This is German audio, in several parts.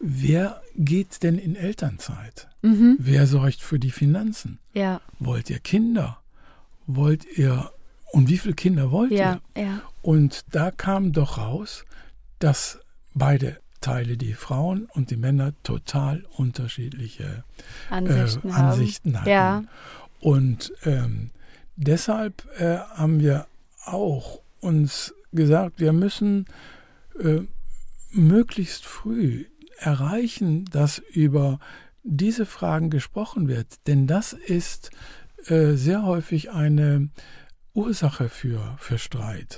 wer geht denn in Elternzeit? Wer sorgt für die Finanzen? Ja. Wollt ihr Kinder? Und wie viele Kinder wollt ihr? Ja. Und da kam doch raus, dass beide Teile, die Frauen und die Männer, total unterschiedliche Ansichten hatten. Ja. Und deshalb haben wir auch uns gesagt, wir müssen möglichst früh erreichen, dass über diese Fragen gesprochen wird. Denn das ist sehr häufig eine Ursache für Streit.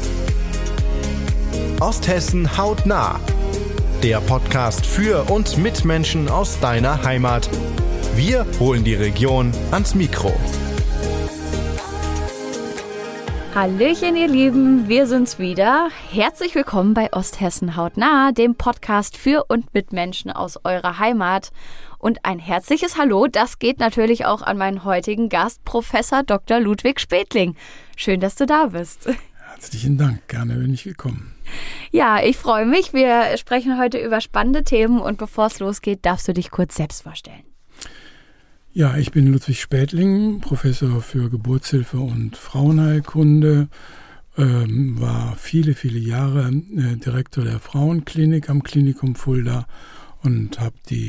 Osthessen hautnah. Der Podcast für und mit Menschen aus deiner Heimat. Wir holen die Region ans Mikro. Hallöchen, ihr Lieben, wir sind's wieder. Herzlich willkommen bei Osthessen hautnah, dem Podcast für und mit Menschen aus eurer Heimat. Und ein herzliches Hallo, das geht natürlich auch an meinen heutigen Gast, Professor Dr. Ludwig Spethling. Schön, dass du da bist. Herzlichen Dank, gerne bin ich gekommen. Ja, ich freue mich. Wir sprechen heute über spannende Themen und bevor es losgeht, darfst du dich kurz selbst vorstellen. Ja, ich bin Ludwig Spethling, Professor für Geburtshilfe und Frauenheilkunde, war viele, viele Jahre Direktor der Frauenklinik am Klinikum Fulda und habe die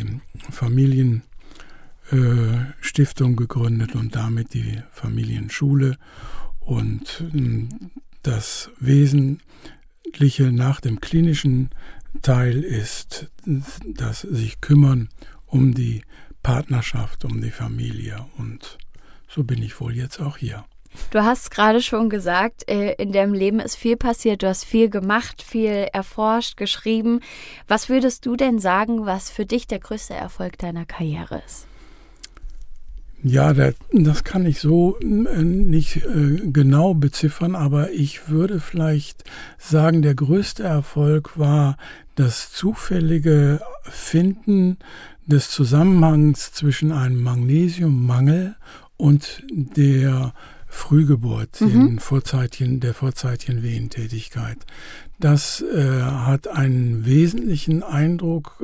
Familienstiftung gegründet und damit die Familienschule. Und das Wesentliche nach dem klinischen Teil ist, dass sich kümmern um die Partnerschaft, um die Familie. Und so bin ich wohl jetzt auch hier. Du hast gerade schon gesagt, in deinem Leben ist viel passiert. Du hast viel gemacht, viel erforscht, geschrieben. Was würdest du denn sagen, was für dich der größte Erfolg deiner Karriere ist? Ja, das kann ich so nicht genau beziffern, aber ich würde vielleicht sagen, der größte Erfolg war das zufällige Finden des Zusammenhangs zwischen einem Magnesiummangel und der Frühgeburt, der vorzeitigen Wehentätigkeit. Das hat einen wesentlichen Eindruck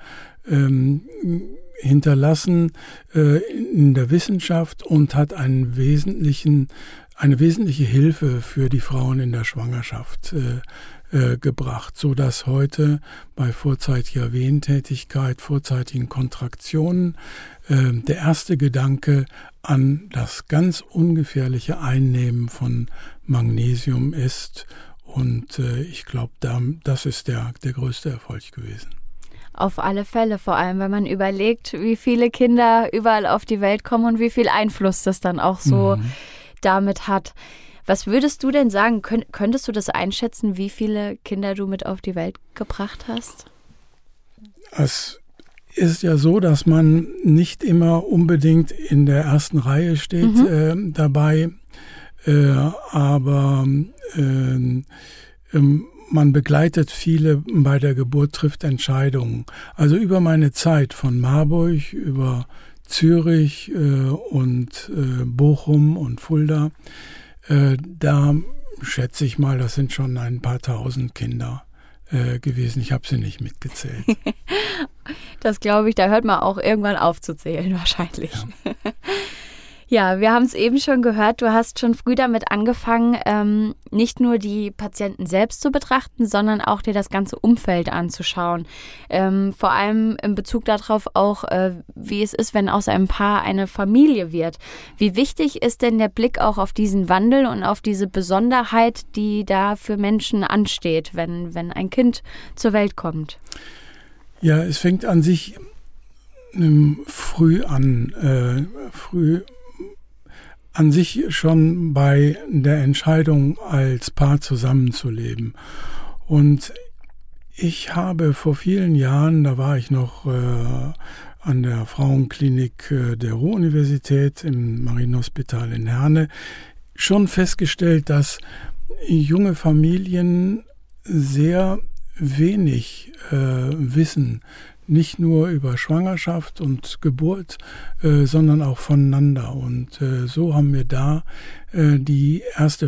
hinterlassen in der Wissenschaft und hat eine wesentliche Hilfe für die Frauen in der Schwangerschaft gebracht, sodass heute bei vorzeitiger Wehentätigkeit, vorzeitigen Kontraktionen der erste Gedanke an das ganz ungefährliche Einnehmen von Magnesium ist. Und ich glaube, das ist der größte Erfolg gewesen. Auf alle Fälle, vor allem wenn man überlegt, wie viele Kinder überall auf die Welt kommen und wie viel Einfluss das dann auch so damit hat. Was würdest du denn sagen, könntest du das einschätzen, wie viele Kinder du mit auf die Welt gebracht hast? Es ist ja so, dass man nicht immer unbedingt in der ersten Reihe steht dabei, aber man begleitet viele bei der Geburt, trifft Entscheidungen. Also über meine Zeit von Marburg über Zürich und Bochum und Fulda, da schätze ich mal, das sind schon ein paar tausend Kinder gewesen. Ich habe sie nicht mitgezählt. Das glaube ich, da hört man auch irgendwann auf zu zählen wahrscheinlich. Ja. Ja, wir haben es eben schon gehört, du hast schon früh damit angefangen, nicht nur die Patienten selbst zu betrachten, sondern auch dir das ganze Umfeld anzuschauen. Vor allem in Bezug darauf auch, wie es ist, wenn aus einem Paar eine Familie wird. Wie wichtig ist denn der Blick auch auf diesen Wandel und auf diese Besonderheit, die da für Menschen ansteht, wenn ein Kind zur Welt kommt? Ja, es fängt an sich früh an sich schon bei der Entscheidung, als Paar zusammenzuleben. Und ich habe vor vielen Jahren, da war ich noch an der Frauenklinik der Ruhr-Universität im Marienhospital in Herne, schon festgestellt, dass junge Familien sehr wenig wissen, nicht nur über Schwangerschaft und Geburt, sondern auch voneinander. Und so haben wir da die erste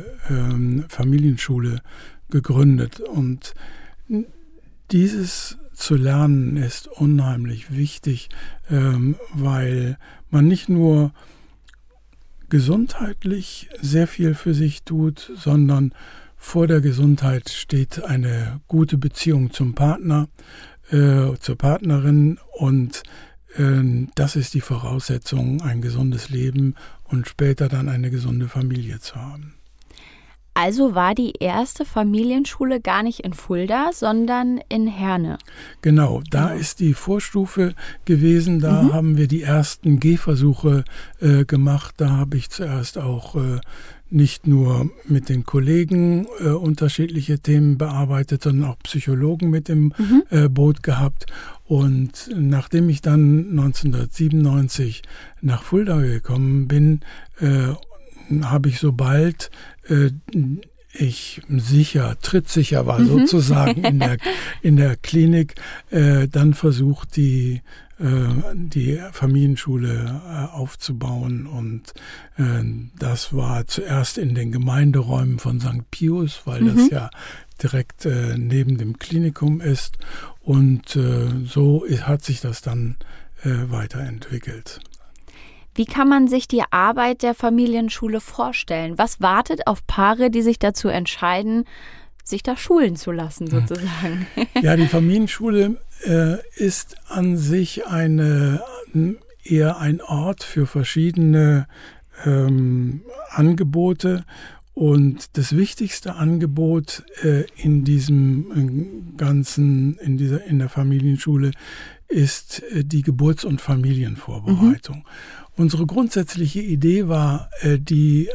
Familienschule gegründet. Und dieses zu lernen ist unheimlich wichtig, weil man nicht nur gesundheitlich sehr viel für sich tut, sondern vor der Gesundheit steht eine gute Beziehung zum Partner, zur Partnerin, und das ist die Voraussetzung, ein gesundes Leben und später dann eine gesunde Familie zu haben. Also war die erste Familienschule gar nicht in Fulda, sondern in Herne. Genau, da ist die Vorstufe gewesen. Da haben wir die ersten Gehversuche gemacht. Da habe ich zuerst auch nicht nur mit den Kollegen unterschiedliche Themen bearbeitet, sondern auch Psychologen mit im Boot gehabt. Und nachdem ich dann 1997 nach Fulda gekommen bin, habe ich, sobald ich trittsicher war sozusagen in der Klinik, dann versucht, die Familienschule aufzubauen. Und das war zuerst in den Gemeinderäumen von St. Pius, weil das ja direkt neben dem Klinikum ist. Und so hat sich das dann weiterentwickelt. Wie kann man sich die Arbeit der Familienschule vorstellen? Was wartet auf Paare, die sich dazu entscheiden, sich da schulen zu lassen, sozusagen? Ja, die Familienschule ist an sich eher ein Ort für verschiedene Angebote. Und das wichtigste Angebot in der Familienschule ist die Geburts- und Familienvorbereitung. Unsere grundsätzliche Idee war wie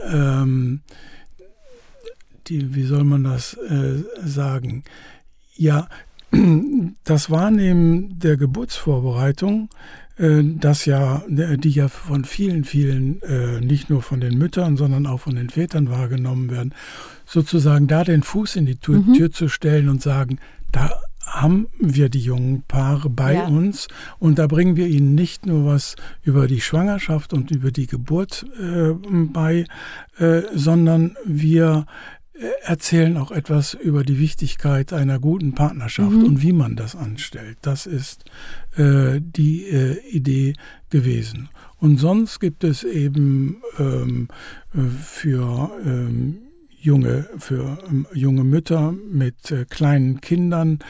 soll man das sagen? Ja, das Wahrnehmen der Geburtsvorbereitung, die ja von vielen, nicht nur von den Müttern, sondern auch von den Vätern wahrgenommen werden, sozusagen da den Fuß in die Tür zu stellen und sagen, da haben wir die jungen Paare bei uns, und da bringen wir ihnen nicht nur was über die Schwangerschaft und über die Geburt bei, sondern wir erzählen auch etwas über die Wichtigkeit einer guten Partnerschaft und wie man das anstellt. Das ist die Idee gewesen. Und sonst gibt es eben für junge Mütter mit kleinen Kindern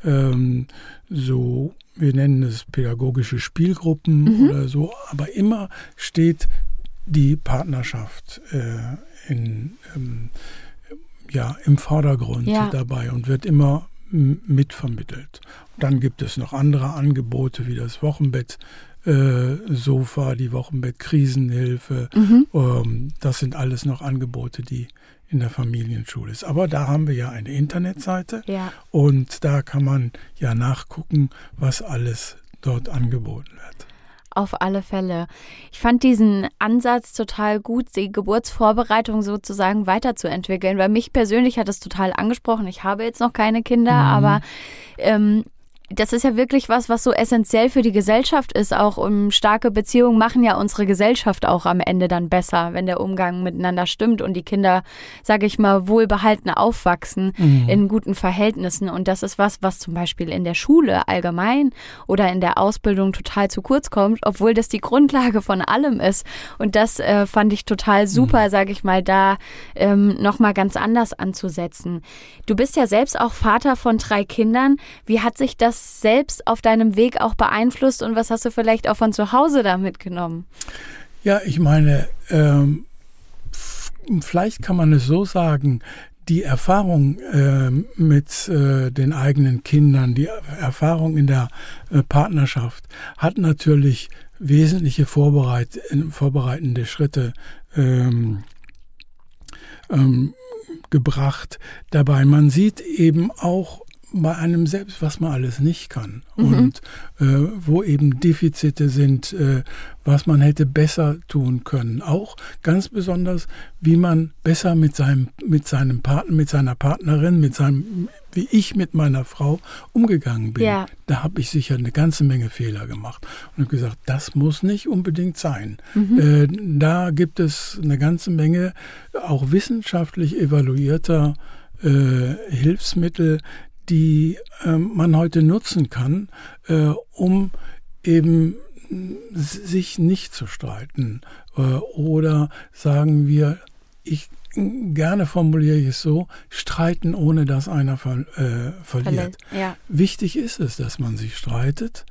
wir nennen es pädagogische Spielgruppen oder so, aber immer steht die Partnerschaft im Vordergrund dabei und wird immer mitvermittelt. Dann gibt es noch andere Angebote wie das Wochenbettsofa, die Wochenbettkrisenhilfe. Das sind alles noch Angebote, die in der Familienschule ist. Aber da haben wir ja eine Internetseite und da kann man ja nachgucken, was alles dort angeboten wird. Auf alle Fälle. Ich fand diesen Ansatz total gut, die Geburtsvorbereitung sozusagen weiterzuentwickeln, weil mich persönlich hat es total angesprochen. Ich habe jetzt noch keine Kinder, aber das ist ja wirklich was so essentiell für die Gesellschaft ist. Auch starke Beziehungen machen ja unsere Gesellschaft auch am Ende dann besser, wenn der Umgang miteinander stimmt und die Kinder, sage ich mal, wohlbehalten aufwachsen in guten Verhältnissen. Und das ist was zum Beispiel in der Schule allgemein oder in der Ausbildung total zu kurz kommt, obwohl das die Grundlage von allem ist. Und das fand ich total super, sage ich mal, da nochmal ganz anders anzusetzen. Du bist ja selbst auch Vater von 3 Kindern. Wie hat sich das selbst auf deinem Weg auch beeinflusst und was hast du vielleicht auch von zu Hause da mitgenommen? Ja, ich meine, vielleicht kann man es so sagen, die Erfahrung mit den eigenen Kindern, die Erfahrung in der Partnerschaft hat natürlich wesentliche vorbereitende Schritte gebracht. Dabei, man sieht eben auch bei einem selbst, was man alles nicht kann und wo eben Defizite sind, was man hätte besser tun können. Auch ganz besonders, wie man besser mit seinem Partner, mit seiner Partnerin, wie ich mit meiner Frau umgegangen bin. Ja. Da habe ich sicher eine ganze Menge Fehler gemacht und habe gesagt, das muss nicht unbedingt sein. Da gibt es eine ganze Menge auch wissenschaftlich evaluierter Hilfsmittel, die man heute nutzen kann, um eben sich nicht zu streiten. Oder sagen wir, gerne formuliere ich es so, streiten, ohne dass einer verliert. Ja. Wichtig ist es, dass man sich streitet,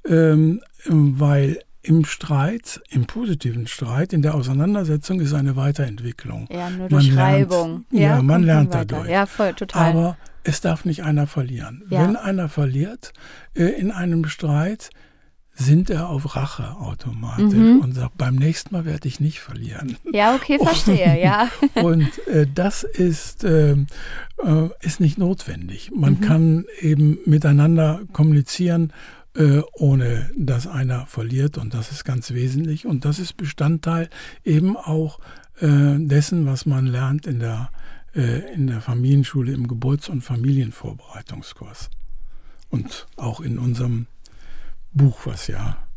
weil im Streit, im positiven Streit, in der Auseinandersetzung ist eine Weiterentwicklung. Ja, nur durch Reibung. Man lernt dadurch. Ja, voll, total. Aber es darf nicht einer verlieren. Ja. Wenn einer verliert in einem Streit, sind er auf Rache automatisch und sagt, beim nächsten Mal werde ich nicht verlieren. Ja, okay, verstehe, ja. Und das ist nicht notwendig. Man kann eben miteinander kommunizieren, ohne dass einer verliert, und das ist ganz wesentlich. Und das ist Bestandteil eben auch dessen, was man lernt in der Familienschule, im Geburts- und Familienvorbereitungskurs. Und auch in unserem Buch, was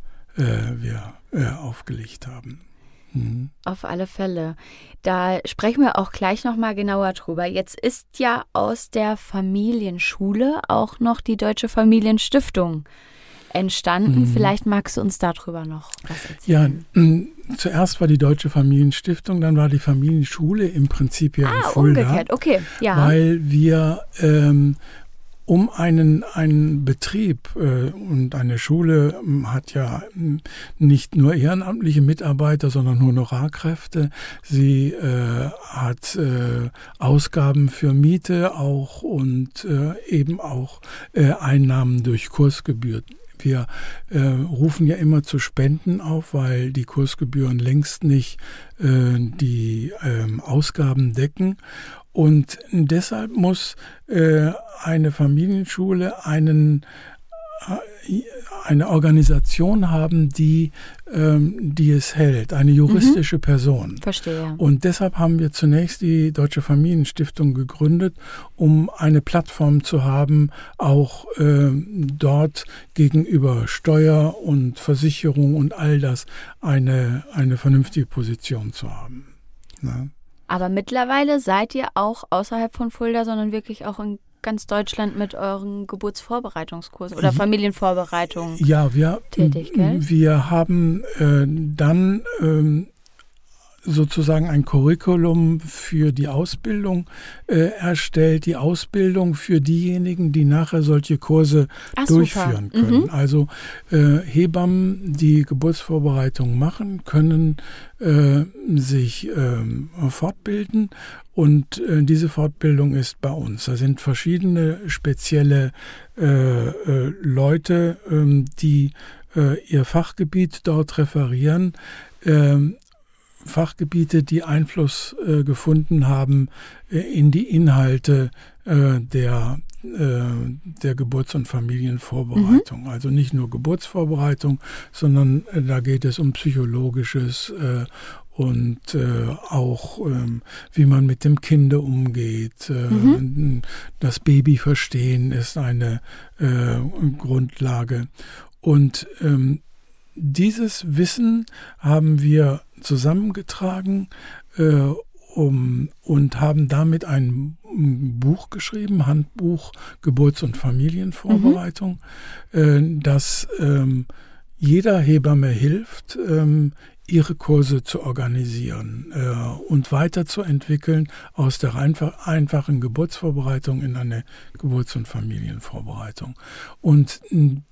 wir aufgelegt haben. Auf alle Fälle. Da sprechen wir auch gleich nochmal genauer drüber. Jetzt ist ja aus der Familienschule auch noch die Deutsche Familienstiftung entstanden. Vielleicht magst du uns darüber noch was erzählen. Ja, zuerst war die Deutsche Familienstiftung, dann war die Familienschule im Prinzip hier in Fulda. Umgekehrt, okay, ja. Weil wir um einen Betrieb und eine Schule hat ja nicht nur ehrenamtliche Mitarbeiter, sondern Honorarkräfte. Sie hat Ausgaben für Miete auch und eben auch Einnahmen durch Kursgebühren. Wir rufen ja immer zu Spenden auf, weil die Kursgebühren längst nicht die Ausgaben decken. Und deshalb muss eine Familienschule eine Organisation haben, die es hält, eine juristische Person. Verstehe. Und deshalb haben wir zunächst die Deutsche Familienstiftung gegründet, um eine Plattform zu haben, auch dort gegenüber Steuer und Versicherung und all das eine vernünftige Position zu haben. Ja. Aber mittlerweile seid ihr auch außerhalb von Fulda, sondern wirklich auch in ganz Deutschland mit euren Geburtsvorbereitungskursen oder Familienvorbereitungen tätig, gell? Wir haben dann sozusagen ein Curriculum für die Ausbildung erstellt, die Ausbildung für diejenigen, die nachher solche Kurse durchführen können. Also Hebammen, die Geburtsvorbereitung machen, können sich fortbilden, und diese Fortbildung ist bei uns. Da sind verschiedene spezielle Leute, die ihr Fachgebiet dort referieren, Fachgebiete, die Einfluss gefunden haben in die Inhalte der Geburts- und Familienvorbereitung. Also nicht nur Geburtsvorbereitung, sondern da geht es um Psychologisches und auch wie man mit dem Kind umgeht. Das Baby verstehen ist eine Grundlage. Und dieses Wissen haben wir zusammengetragen und haben damit ein Buch geschrieben, Handbuch Geburts- und Familienvorbereitung, das jeder Hebamme hilft, ihre Kurse zu organisieren und weiterzuentwickeln aus der einfachen Geburtsvorbereitung in eine Geburts- und Familienvorbereitung. Und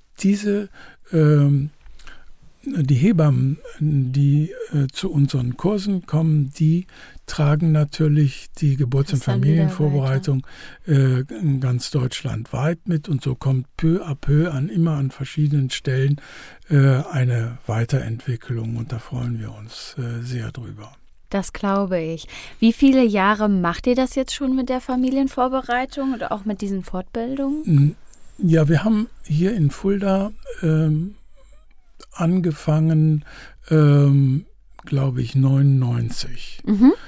die Hebammen, die zu unseren Kursen kommen, die tragen natürlich die Geburts- und Familienvorbereitung ganz deutschlandweit mit, und so kommt peu à peu immer an verschiedenen Stellen eine Weiterentwicklung, und da freuen wir uns sehr drüber. Das glaube ich. Wie viele Jahre macht ihr das jetzt schon mit der Familienvorbereitung oder auch mit diesen Fortbildungen? Ja, wir haben hier in Fulda angefangen, glaube ich, 99.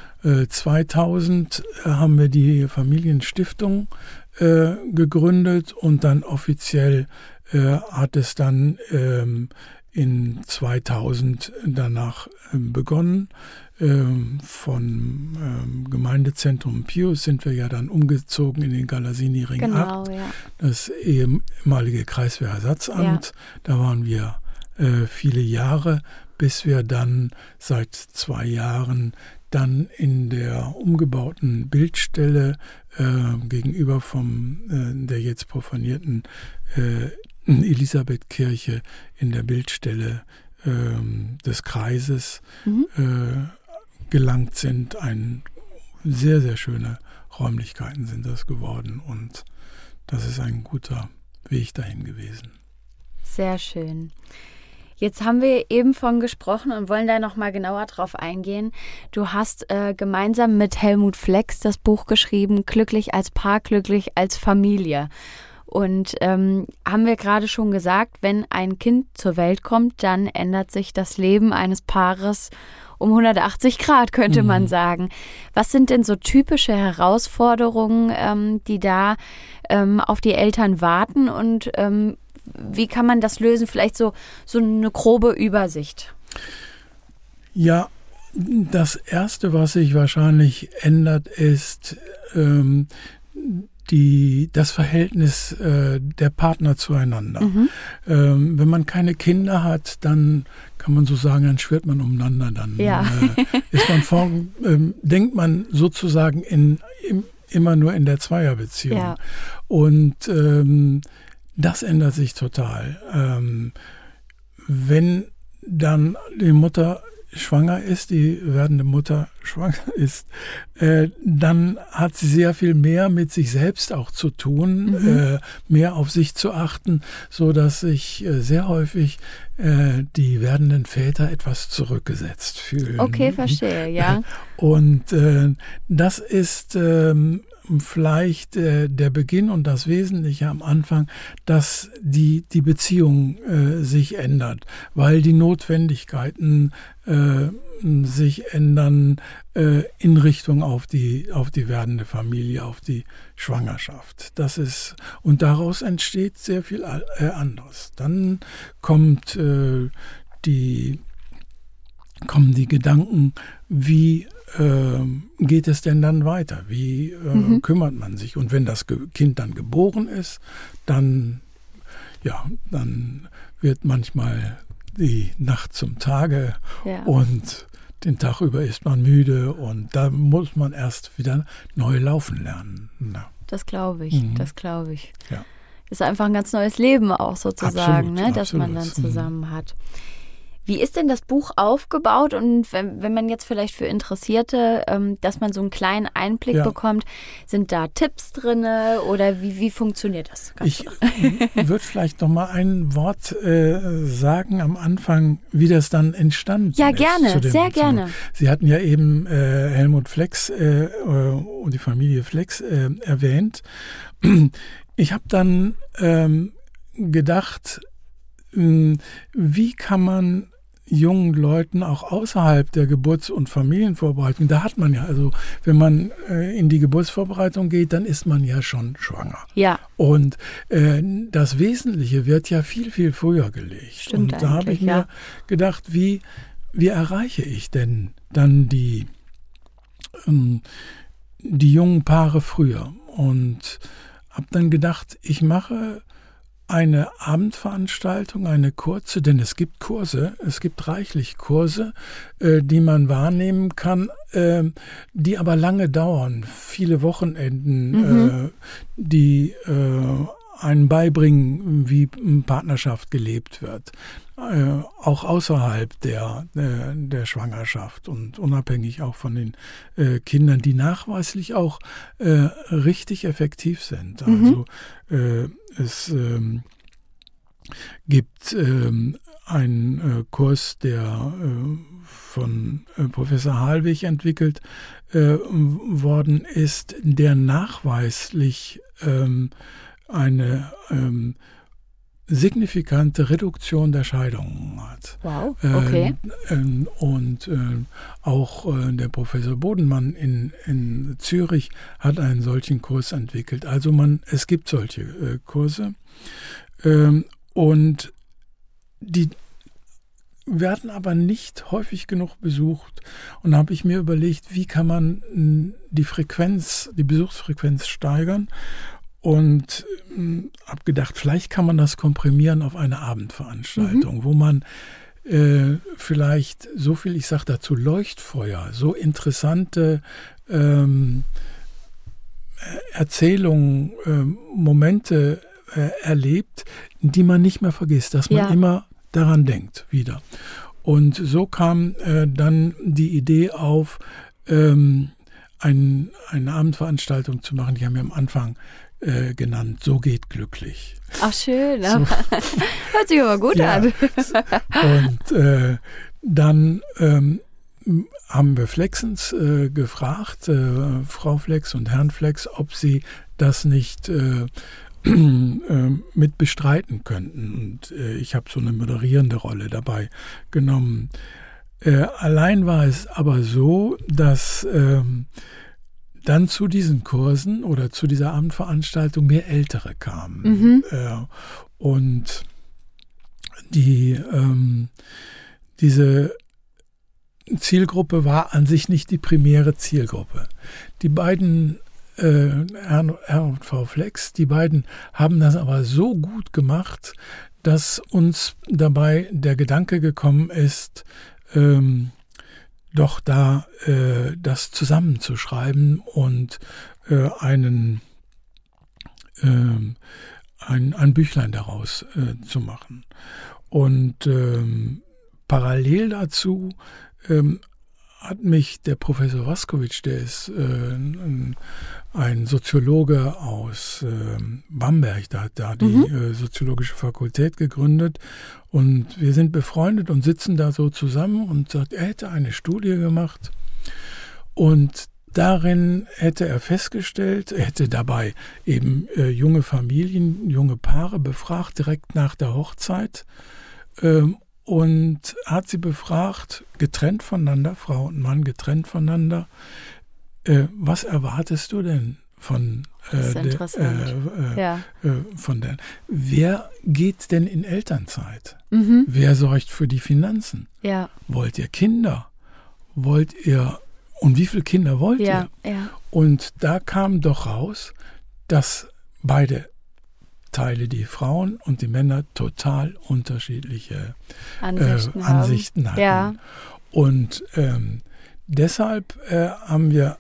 2000 haben wir die Familienstiftung gegründet, und dann offiziell hat es dann in 2000 danach begonnen. Vom Gemeindezentrum Pius sind wir ja dann umgezogen in den Galassini-Ring 8, das ehemalige Kreiswehrersatzamt. Ja. Da waren wir viele Jahre, bis wir dann seit 2 Jahren dann in der umgebauten Bildstelle gegenüber der jetzt profanierten Elisabethkirche in der Bildstelle des Kreises gelangt sind. Sehr, sehr schöne Räumlichkeiten sind das geworden und das ist ein guter Weg dahin gewesen. Sehr schön. Jetzt haben wir eben von gesprochen und wollen da nochmal genauer drauf eingehen. Du hast gemeinsam mit Helmut Flex das Buch geschrieben, Glücklich als Paar, glücklich als Familie. Und haben wir gerade schon gesagt, wenn ein Kind zur Welt kommt, dann ändert sich das Leben eines Paares um 180 Grad, könnte man sagen. Was sind denn so typische Herausforderungen, die da auf die Eltern warten und wie kann man das lösen? Vielleicht so eine grobe Übersicht. Ja, das Erste, was sich wahrscheinlich ändert, ist das Verhältnis der Partner zueinander. Wenn man keine Kinder hat, dann kann man so sagen, dann schwirrt man umeinander. Dann denkt man sozusagen immer nur in der Zweierbeziehung. Ja. Und das ändert sich total. Wenn dann die Mutter schwanger ist, die werdende Mutter schwanger ist, dann hat sie sehr viel mehr mit sich selbst auch zu tun, mehr auf sich zu achten, so dass sich sehr häufig die werdenden Väter etwas zurückgesetzt fühlen. Okay, verstehe, ja. Und das ist vielleicht der Beginn und das Wesentliche am Anfang, dass die Beziehung sich ändert, weil die Notwendigkeiten sich ändern in Richtung auf die werdende Familie, auf die Schwangerschaft. Und daraus entsteht sehr viel anderes. Dann kommen die Gedanken, wie geht es denn dann weiter? Wie kümmert man sich? Und wenn das Kind dann geboren ist, dann wird manchmal die Nacht zum Tage und den Tag über ist man müde und da muss man erst wieder neu laufen lernen. Ja. Das glaube ich, Ja. Ist einfach ein ganz neues Leben auch sozusagen, absolut, das man dann zusammen hat. Wie ist denn das Buch aufgebaut und wenn man jetzt vielleicht für Interessierte, dass man so einen kleinen Einblick bekommt, sind da Tipps drin oder wie funktioniert das Ganze? Ich würde vielleicht noch mal ein Wort sagen am Anfang, wie das dann entstanden ist. Ja, gerne, sehr gerne. Sie hatten ja eben Helmut Flex und die Familie Flex erwähnt. Ich habe dann gedacht, wie kann man jungen Leuten auch außerhalb der Geburts- und Familienvorbereitung, da hat man ja, also wenn man in die Geburtsvorbereitung geht, dann ist man ja schon schwanger. Ja. Und das Wesentliche wird ja viel, viel früher gelegt. Stimmt. Und da habe ich mir gedacht, wie erreiche ich denn dann die jungen Paare früher? Und habe dann gedacht, ich mache eine Abendveranstaltung, eine kurze, denn es gibt Kurse, es gibt reichlich Kurse, die man wahrnehmen kann, die aber lange dauern, viele Wochenenden, die einen beibringen, wie Partnerschaft gelebt wird, auch außerhalb der Schwangerschaft und unabhängig auch von den Kindern, die nachweislich auch richtig effektiv sind. Also es gibt einen Kurs, der von Professor Halwig entwickelt worden ist, der nachweislich eine signifikante Reduktion der Scheidungen hat. Wow, okay. Und auch der Professor Bodenmann in Zürich hat einen solchen Kurs entwickelt. Also es gibt solche Kurse. Und werden aber nicht häufig genug besucht. Und da habe ich mir überlegt, wie kann man die Besuchsfrequenz steigern? Und habe gedacht, vielleicht kann man das komprimieren auf eine Abendveranstaltung, wo man vielleicht so viel, ich sage dazu Leuchtfeuer, so interessante Erzählungen, Momente erlebt, die man nicht mehr vergisst, dass man immer daran denkt wieder. Und so kam dann die Idee auf, eine Abendveranstaltung zu machen. Die haben wir am Anfang genannt, So geht glücklich. Ach schön, so. Hört sich aber gut an. Und dann haben wir Flexens gefragt, Frau Flex und Herrn Flex, ob sie das nicht mit bestreiten könnten. Und ich habe so eine moderierende Rolle dabei genommen. Allein war es aber so, dass dann zu diesen Kursen oder zu dieser Abendveranstaltung mehr Ältere kamen. Und diese Zielgruppe war an sich nicht die primäre Zielgruppe. Die beiden Herr und Frau Flex, die beiden haben das aber so gut gemacht, dass uns dabei der Gedanke gekommen ist, doch da das zusammenzuschreiben und ein Büchlein daraus zu machen. Und parallel dazu hat mich der Professor Waskowitsch, der ist ein Soziologe aus Bamberg, der hat da die Soziologische Fakultät gegründet und wir sind befreundet und sitzen da so zusammen und sagt, er hätte eine Studie gemacht und darin hätte er festgestellt, er hätte dabei eben junge Familien, junge Paare befragt, direkt nach der Hochzeit, und hat sie befragt, getrennt voneinander, Frau und Mann getrennt voneinander, was erwartest du denn von der? Wer geht denn in Elternzeit? Wer sorgt für die Finanzen? Ja. Wollt ihr Kinder? Und wie viele Kinder wollt ihr? Ja. Und da kam doch raus, dass beide Teile, die Frauen und die Männer, total unterschiedliche Ansichten hatten. Ja. Und deshalb haben wir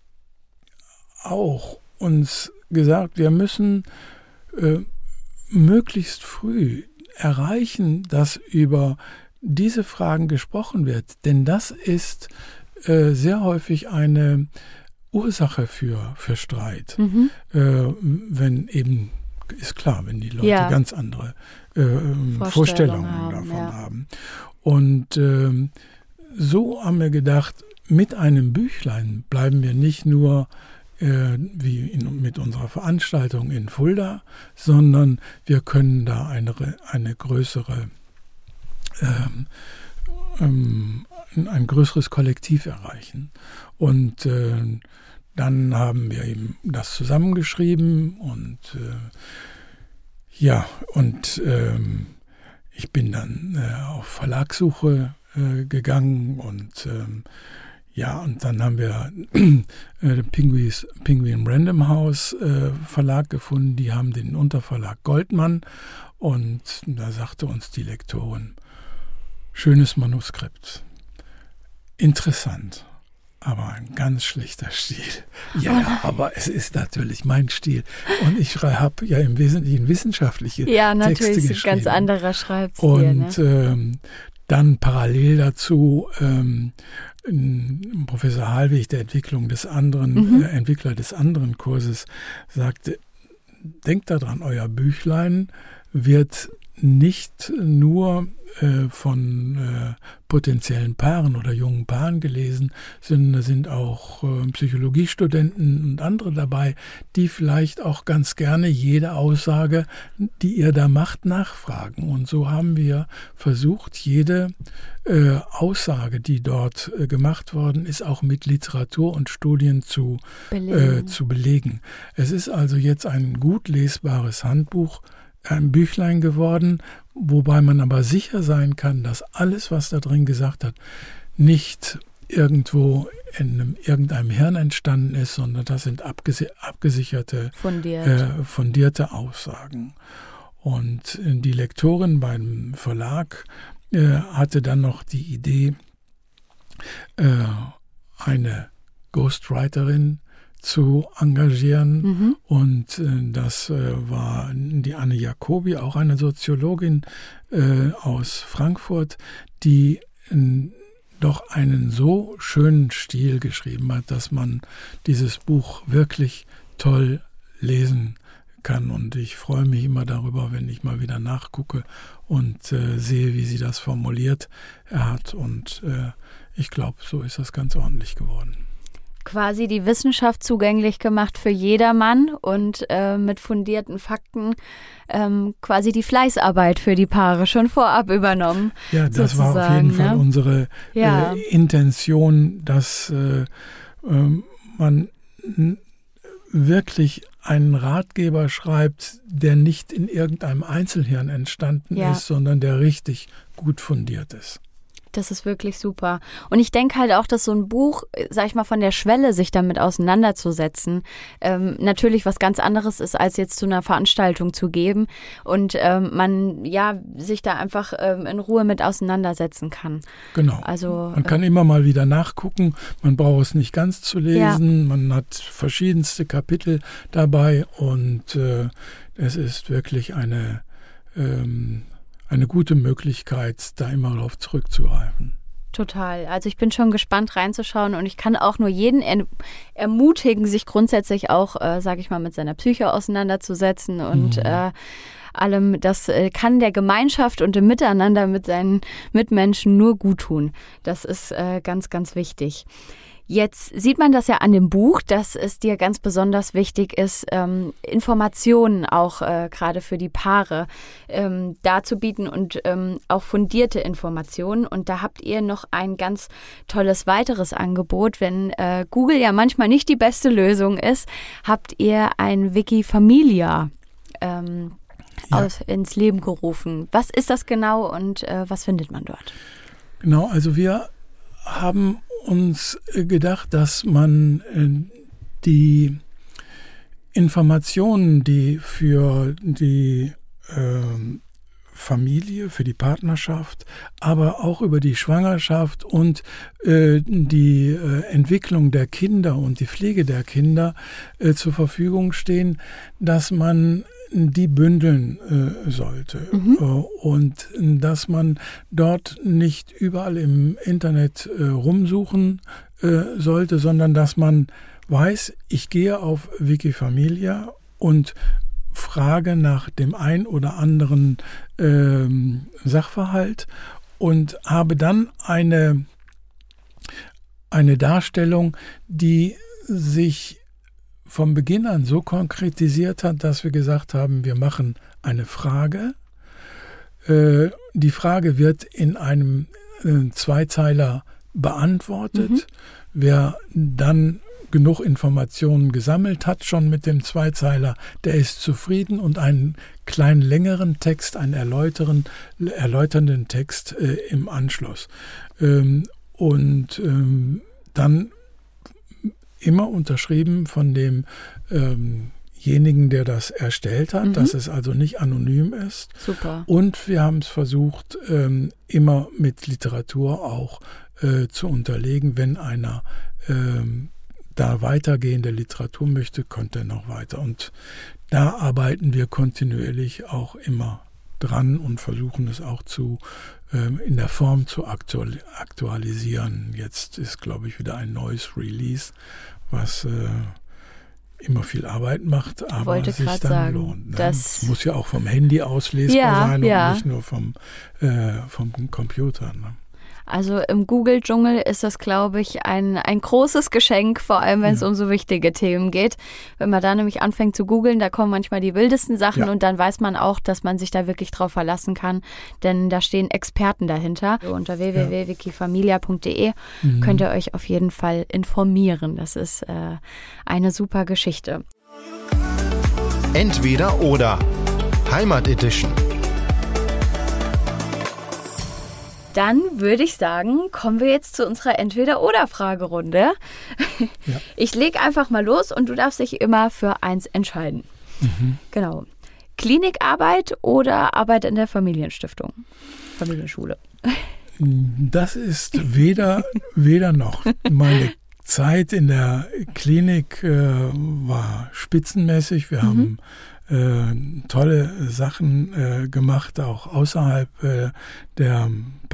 auch uns gesagt, wir müssen möglichst früh erreichen, dass über diese Fragen gesprochen wird. Denn das ist sehr häufig eine Ursache für Streit. Wenn eben, ist klar, wenn die Leute ganz andere Vorstellungen davon haben. Und so haben wir gedacht, mit einem Büchlein bleiben wir nicht nur mit unserer Veranstaltung in Fulda, sondern wir können da ein größeres Kollektiv erreichen. Und dann haben wir eben das zusammengeschrieben und ich bin dann auf Verlagssuche gegangen und und dann haben wir Penguin Random House Verlag gefunden, die haben den Unterverlag Goldmann und da sagte uns die Lektorin, schönes Manuskript, interessant, aber ein ganz schlechter Stil. Ja, aber es ist natürlich mein Stil. Und ich habe ja im Wesentlichen wissenschaftliche Texte geschrieben. Ein ganz anderer Schreibstil. Und dann parallel dazu Professor Halwig, der Entwickler des anderen Kurses, sagte, denkt daran, euer Büchlein wird nicht nur von potenziellen Paaren oder jungen Paaren gelesen, sondern da sind auch Psychologiestudenten und andere dabei, die vielleicht auch ganz gerne jede Aussage, die ihr da macht, nachfragen. Und so haben wir versucht, jede Aussage, die dort gemacht worden ist, auch mit Literatur und Studien zu belegen. Es ist also jetzt ein gut lesbares Handbuch, ein Büchlein geworden, wobei man aber sicher sein kann, dass alles, was da drin gesagt hat, nicht irgendwo in irgendeinem Hirn entstanden ist, sondern das sind abgesicherte, fundierte Aussagen. Und die Lektorin beim Verlag hatte dann noch die Idee, eine Ghostwriterin zu engagieren. Und das war die Anne Jacobi, auch eine Soziologin aus Frankfurt, die doch einen so schönen Stil geschrieben hat, dass man dieses Buch wirklich toll lesen kann. Und ich freue mich immer darüber, wenn ich mal wieder nachgucke und sehe, wie sie das formuliert hat. Und ich glaube, so ist das ganz ordentlich geworden. Quasi die Wissenschaft zugänglich gemacht für jedermann und mit fundierten Fakten quasi die Fleißarbeit für die Paare schon vorab übernommen. Ja, das war auf jeden Fall unsere Intention, dass man wirklich einen Ratgeber schreibt, der nicht in irgendeinem Einzelhirn entstanden ist, sondern der richtig gut fundiert ist. Das ist wirklich super. Und ich denke halt auch, dass so ein Buch, sag ich mal, von der Schwelle, sich damit auseinanderzusetzen, natürlich was ganz anderes ist, als jetzt zu einer Veranstaltung zu geben und man sich da einfach in Ruhe mit auseinandersetzen kann. Genau. Also, man kann immer mal wieder nachgucken, man braucht es nicht ganz zu lesen, man hat verschiedenste Kapitel dabei und es ist wirklich eine gute Möglichkeit, da immer darauf zurückzugreifen. Total. Also ich bin schon gespannt reinzuschauen und ich kann auch nur jeden ermutigen, sich grundsätzlich auch, sage ich mal, mit seiner Psyche auseinanderzusetzen und allem. Das kann der Gemeinschaft und dem Miteinander mit seinen Mitmenschen nur gut tun. Das ist ganz, ganz wichtig. Jetzt sieht man das ja an dem Buch, dass es dir ganz besonders wichtig ist, Informationen auch gerade für die Paare darzubieten und auch fundierte Informationen. Und da habt ihr noch ein ganz tolles weiteres Angebot. Wenn Google ja manchmal nicht die beste Lösung ist, habt ihr ein Wikifamilia ins Leben gerufen. Was ist das genau und was findet man dort? Genau, also wir haben uns gedacht, dass man die Informationen, die für die Familie, für die Partnerschaft, aber auch über die Schwangerschaft und die Entwicklung der Kinder und die Pflege der Kinder zur Verfügung stehen, dass man die bündeln sollte und dass man dort nicht überall im Internet rumsuchen sollte, sondern dass man weiß, ich gehe auf Wikifamilia und frage nach dem ein oder anderen Sachverhalt und habe dann eine Darstellung, die sich vom Beginn an so konkretisiert hat, dass wir gesagt haben, wir machen eine Frage. Die Frage wird in einem Zweizeiler beantwortet. Wer dann genug Informationen gesammelt hat, schon mit dem Zweizeiler, der ist zufrieden und einen kleinen längeren Text, einen erläuternden Text im Anschluss. Dann immer unterschrieben von demjenigen, der das erstellt hat, dass es also nicht anonym ist. Super. Und wir haben es versucht, immer mit Literatur auch zu unterlegen. Wenn einer da weitergehende Literatur möchte, kommt er noch weiter. Und da arbeiten wir kontinuierlich auch immer dran und versuchen es auch in der Form zu aktualisieren. Jetzt ist, glaube ich, wieder ein neues Release, was immer viel Arbeit macht, aber sich dann lohnt. Ne? Das muss ja auch vom Handy auslesbar sein und nicht nur vom Computer. Ne? Also im Google-Dschungel ist das, glaube ich, ein großes Geschenk, vor allem wenn es um so wichtige Themen geht. Wenn man da nämlich anfängt zu googeln, da kommen manchmal die wildesten Sachen und dann weiß man auch, dass man sich da wirklich drauf verlassen kann, denn da stehen Experten dahinter. Unter www.wikifamilia.de könnt ihr euch auf jeden Fall informieren. Das ist eine super Geschichte. Entweder oder. Heimat Edition. Dann würde ich sagen, kommen wir jetzt zu unserer Entweder-oder-Fragerunde. Ja. Ich lege einfach mal los und du darfst dich immer für eins entscheiden. Genau. Klinikarbeit oder Arbeit in der Familienstiftung? Familienschule. Das ist weder noch. Meine Zeit in der Klinik war spitzenmäßig. Wir haben tolle Sachen gemacht, auch außerhalb der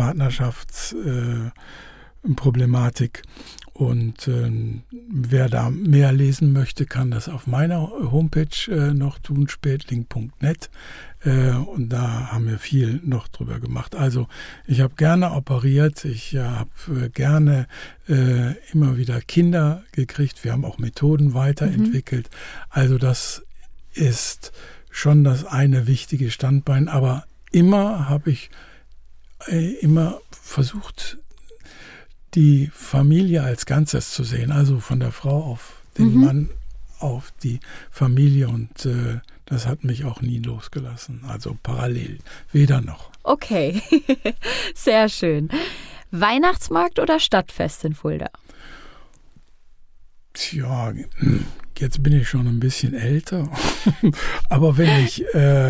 Partnerschaftsproblematik. Und wer da mehr lesen möchte, kann das auf meiner Homepage noch tun, spätling.net. Und da haben wir viel noch drüber gemacht. Also ich habe gerne operiert, ich habe gerne immer wieder Kinder gekriegt. Wir haben auch Methoden weiterentwickelt. Also das ist schon das eine wichtige Standbein. Aber immer habe ich immer versucht, die Familie als Ganzes zu sehen, also von der Frau auf den Mann, auf die Familie, und das hat mich auch nie losgelassen, also parallel, weder noch. Okay, sehr schön. Weihnachtsmarkt oder Stadtfest in Fulda? Tja, jetzt bin ich schon ein bisschen älter, aber wenn ich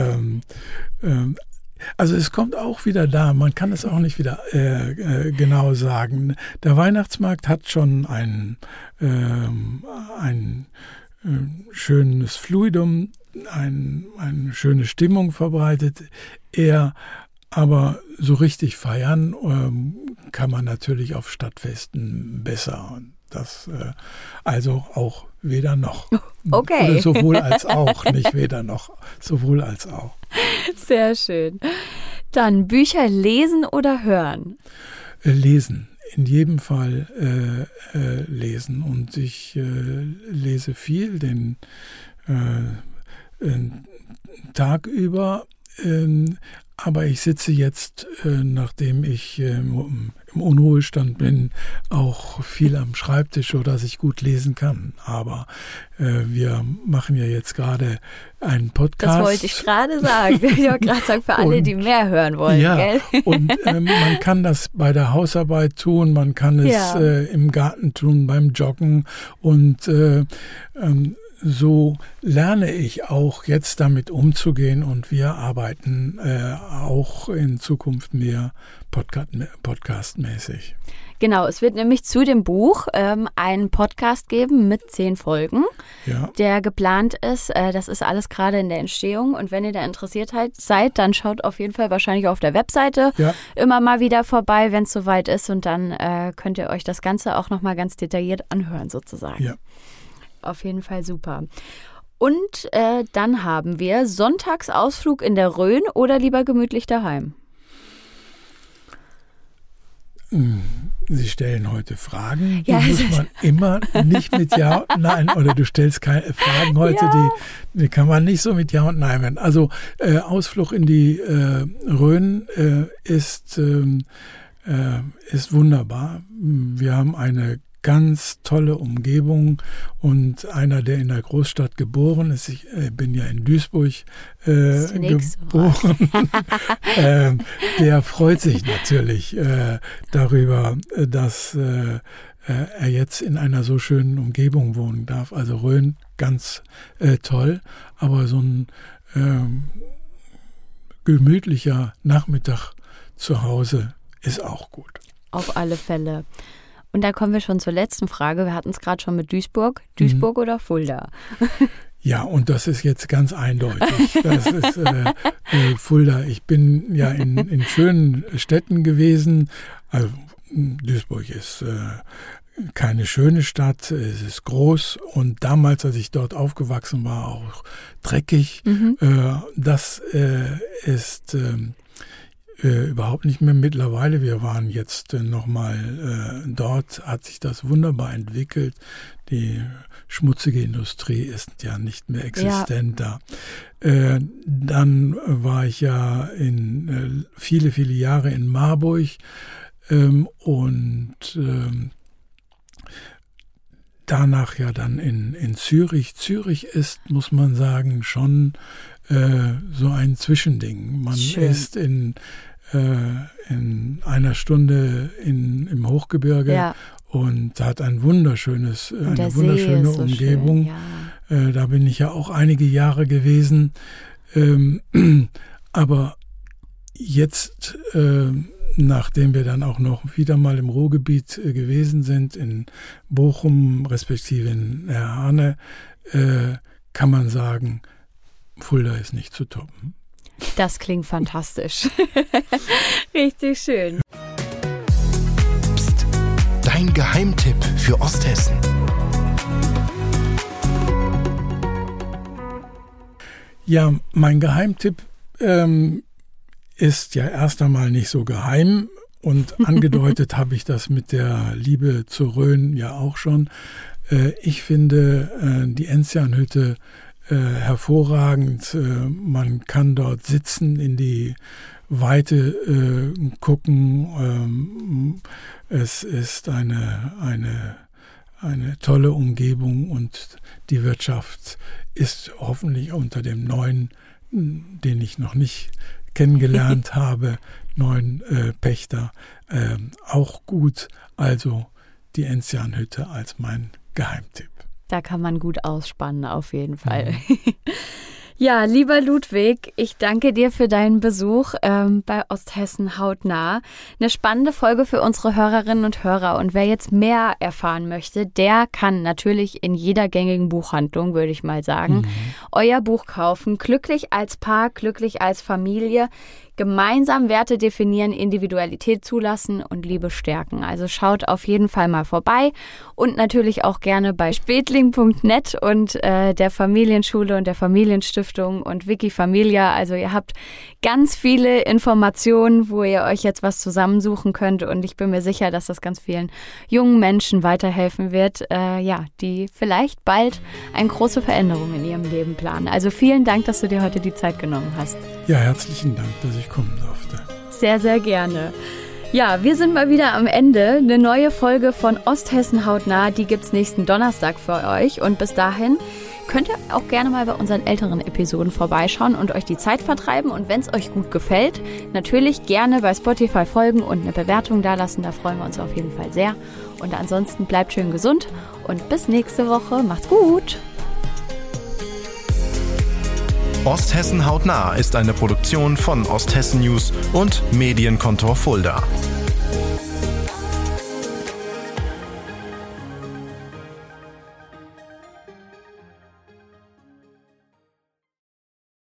also es kommt auch wieder da, man kann es auch nicht wieder genau sagen. Der Weihnachtsmarkt hat schon ein schönes Fluidum, eine schöne Stimmung verbreitet. Aber so richtig feiern kann man natürlich auf Stadtfesten besser. Und das also auch weder noch. Okay. Oder sowohl als auch, nicht weder noch, sowohl als auch. Sehr schön. Dann Bücher lesen oder hören? Lesen. In jedem Fall lesen. Und ich lese viel den Tag über. Aber ich sitze jetzt, nachdem ich im Unruhestand bin, auch viel am Schreibtisch, sodass ich gut lesen kann. Aber wir machen ja jetzt gerade einen Podcast. Das wollte ich gerade sagen. Ich wollte gerade sagen, für alle, die mehr hören wollen. Ja, gell? Und man kann das bei der Hausarbeit tun, man kann es im Garten tun, beim Joggen. Und so lerne ich auch jetzt damit umzugehen, und wir arbeiten auch in Zukunft mehr podcastmäßig. Genau, es wird nämlich zu dem Buch einen Podcast geben mit 10 Folgen, der geplant ist. Das ist alles gerade in der Entstehung, und wenn ihr da interessiert seid, dann schaut auf jeden Fall wahrscheinlich auf der Webseite immer mal wieder vorbei, wenn es soweit ist, und dann könnt ihr euch das Ganze auch nochmal ganz detailliert anhören sozusagen. Ja. Auf jeden Fall super. Und dann haben wir Sonntagsausflug in der Rhön oder lieber gemütlich daheim? Sie stellen heute Fragen, die muss man immer nicht mit Ja und Nein, oder du stellst keine Fragen heute, die kann man nicht so mit Ja und Nein werden. Also Ausflug in die Rhön ist wunderbar. Wir haben eine ganz tolle Umgebung, und einer, der in der Großstadt geboren ist, ich bin ja in Duisburg geboren, der freut sich natürlich darüber, dass er jetzt in einer so schönen Umgebung wohnen darf. Also Rhön, ganz toll, aber so ein gemütlicher Nachmittag zu Hause ist auch gut. Auf alle Fälle. Und da kommen wir schon zur letzten Frage. Wir hatten es gerade schon mit Duisburg. Duisburg oder Fulda? Ja, und das ist jetzt ganz eindeutig. Das ist Fulda. Ich bin ja in schönen Städten gewesen. Also Duisburg ist keine schöne Stadt. Es ist groß, und damals, als ich dort aufgewachsen war, auch dreckig. Das ist überhaupt nicht mehr. Mittlerweile, wir waren jetzt nochmal dort, hat sich das wunderbar entwickelt. Die schmutzige Industrie ist ja nicht mehr existent da. Dann war ich ja in viele, viele Jahre in Marburg und danach ja dann in Zürich. Zürich ist, muss man sagen, schon so ein Zwischending. Man ist in in einer Stunde im Hochgebirge und hat eine wunderschöne Umgebung. Schön, ja. Da bin ich ja auch einige Jahre gewesen. Aber jetzt, nachdem wir dann auch noch wieder mal im Ruhrgebiet gewesen sind, in Bochum respektive in Herne, kann man sagen, Fulda ist nicht zu toppen. Das klingt fantastisch. Richtig schön. Psst, dein Geheimtipp für Osthessen. Ja, mein Geheimtipp ist ja erst einmal nicht so geheim und angedeutet habe ich das mit der Liebe zur Rhön ja auch schon. Ich finde die Enzianhütte hervorragend. Man kann dort sitzen, in die Weite gucken. Es ist eine tolle Umgebung und die Wirtschaft ist hoffentlich unter dem neuen, den ich noch nicht kennengelernt habe, neuen Pächter auch gut. Also die Enzianhütte als mein Geheimtipp. Da kann man gut ausspannen, auf jeden Fall. Ja, lieber Ludwig, ich danke dir für deinen Besuch bei Osthessen hautnah. Eine spannende Folge für unsere Hörerinnen und Hörer. Und wer jetzt mehr erfahren möchte, der kann natürlich in jeder gängigen Buchhandlung, würde ich mal sagen, euer Buch kaufen. Glücklich als Paar, glücklich als Familie. Gemeinsam Werte definieren, Individualität zulassen und Liebe stärken. Also schaut auf jeden Fall mal vorbei und natürlich auch gerne bei spetling.net und der Familienschule und der Familienstiftung und Wikifamilia. Also ihr habt ganz viele Informationen, wo ihr euch jetzt was zusammensuchen könnt und ich bin mir sicher, dass das ganz vielen jungen Menschen weiterhelfen wird, die vielleicht bald eine große Veränderung in ihrem Leben planen. Also vielen Dank, dass du dir heute die Zeit genommen hast. Ja, herzlichen Dank, dass ich kommen durfte. Sehr, sehr gerne. Ja, wir sind mal wieder am Ende. Eine neue Folge von Osthessen hautnah, die gibt's nächsten Donnerstag für euch. Und bis dahin könnt ihr auch gerne mal bei unseren älteren Episoden vorbeischauen und euch die Zeit vertreiben. Und wenn es euch gut gefällt, natürlich gerne bei Spotify folgen und eine Bewertung dalassen. Da freuen wir uns auf jeden Fall sehr. Und ansonsten bleibt schön gesund und bis nächste Woche. Macht's gut! Osthessen hautnah ist eine Produktion von Osthessen News und Medienkontor Fulda.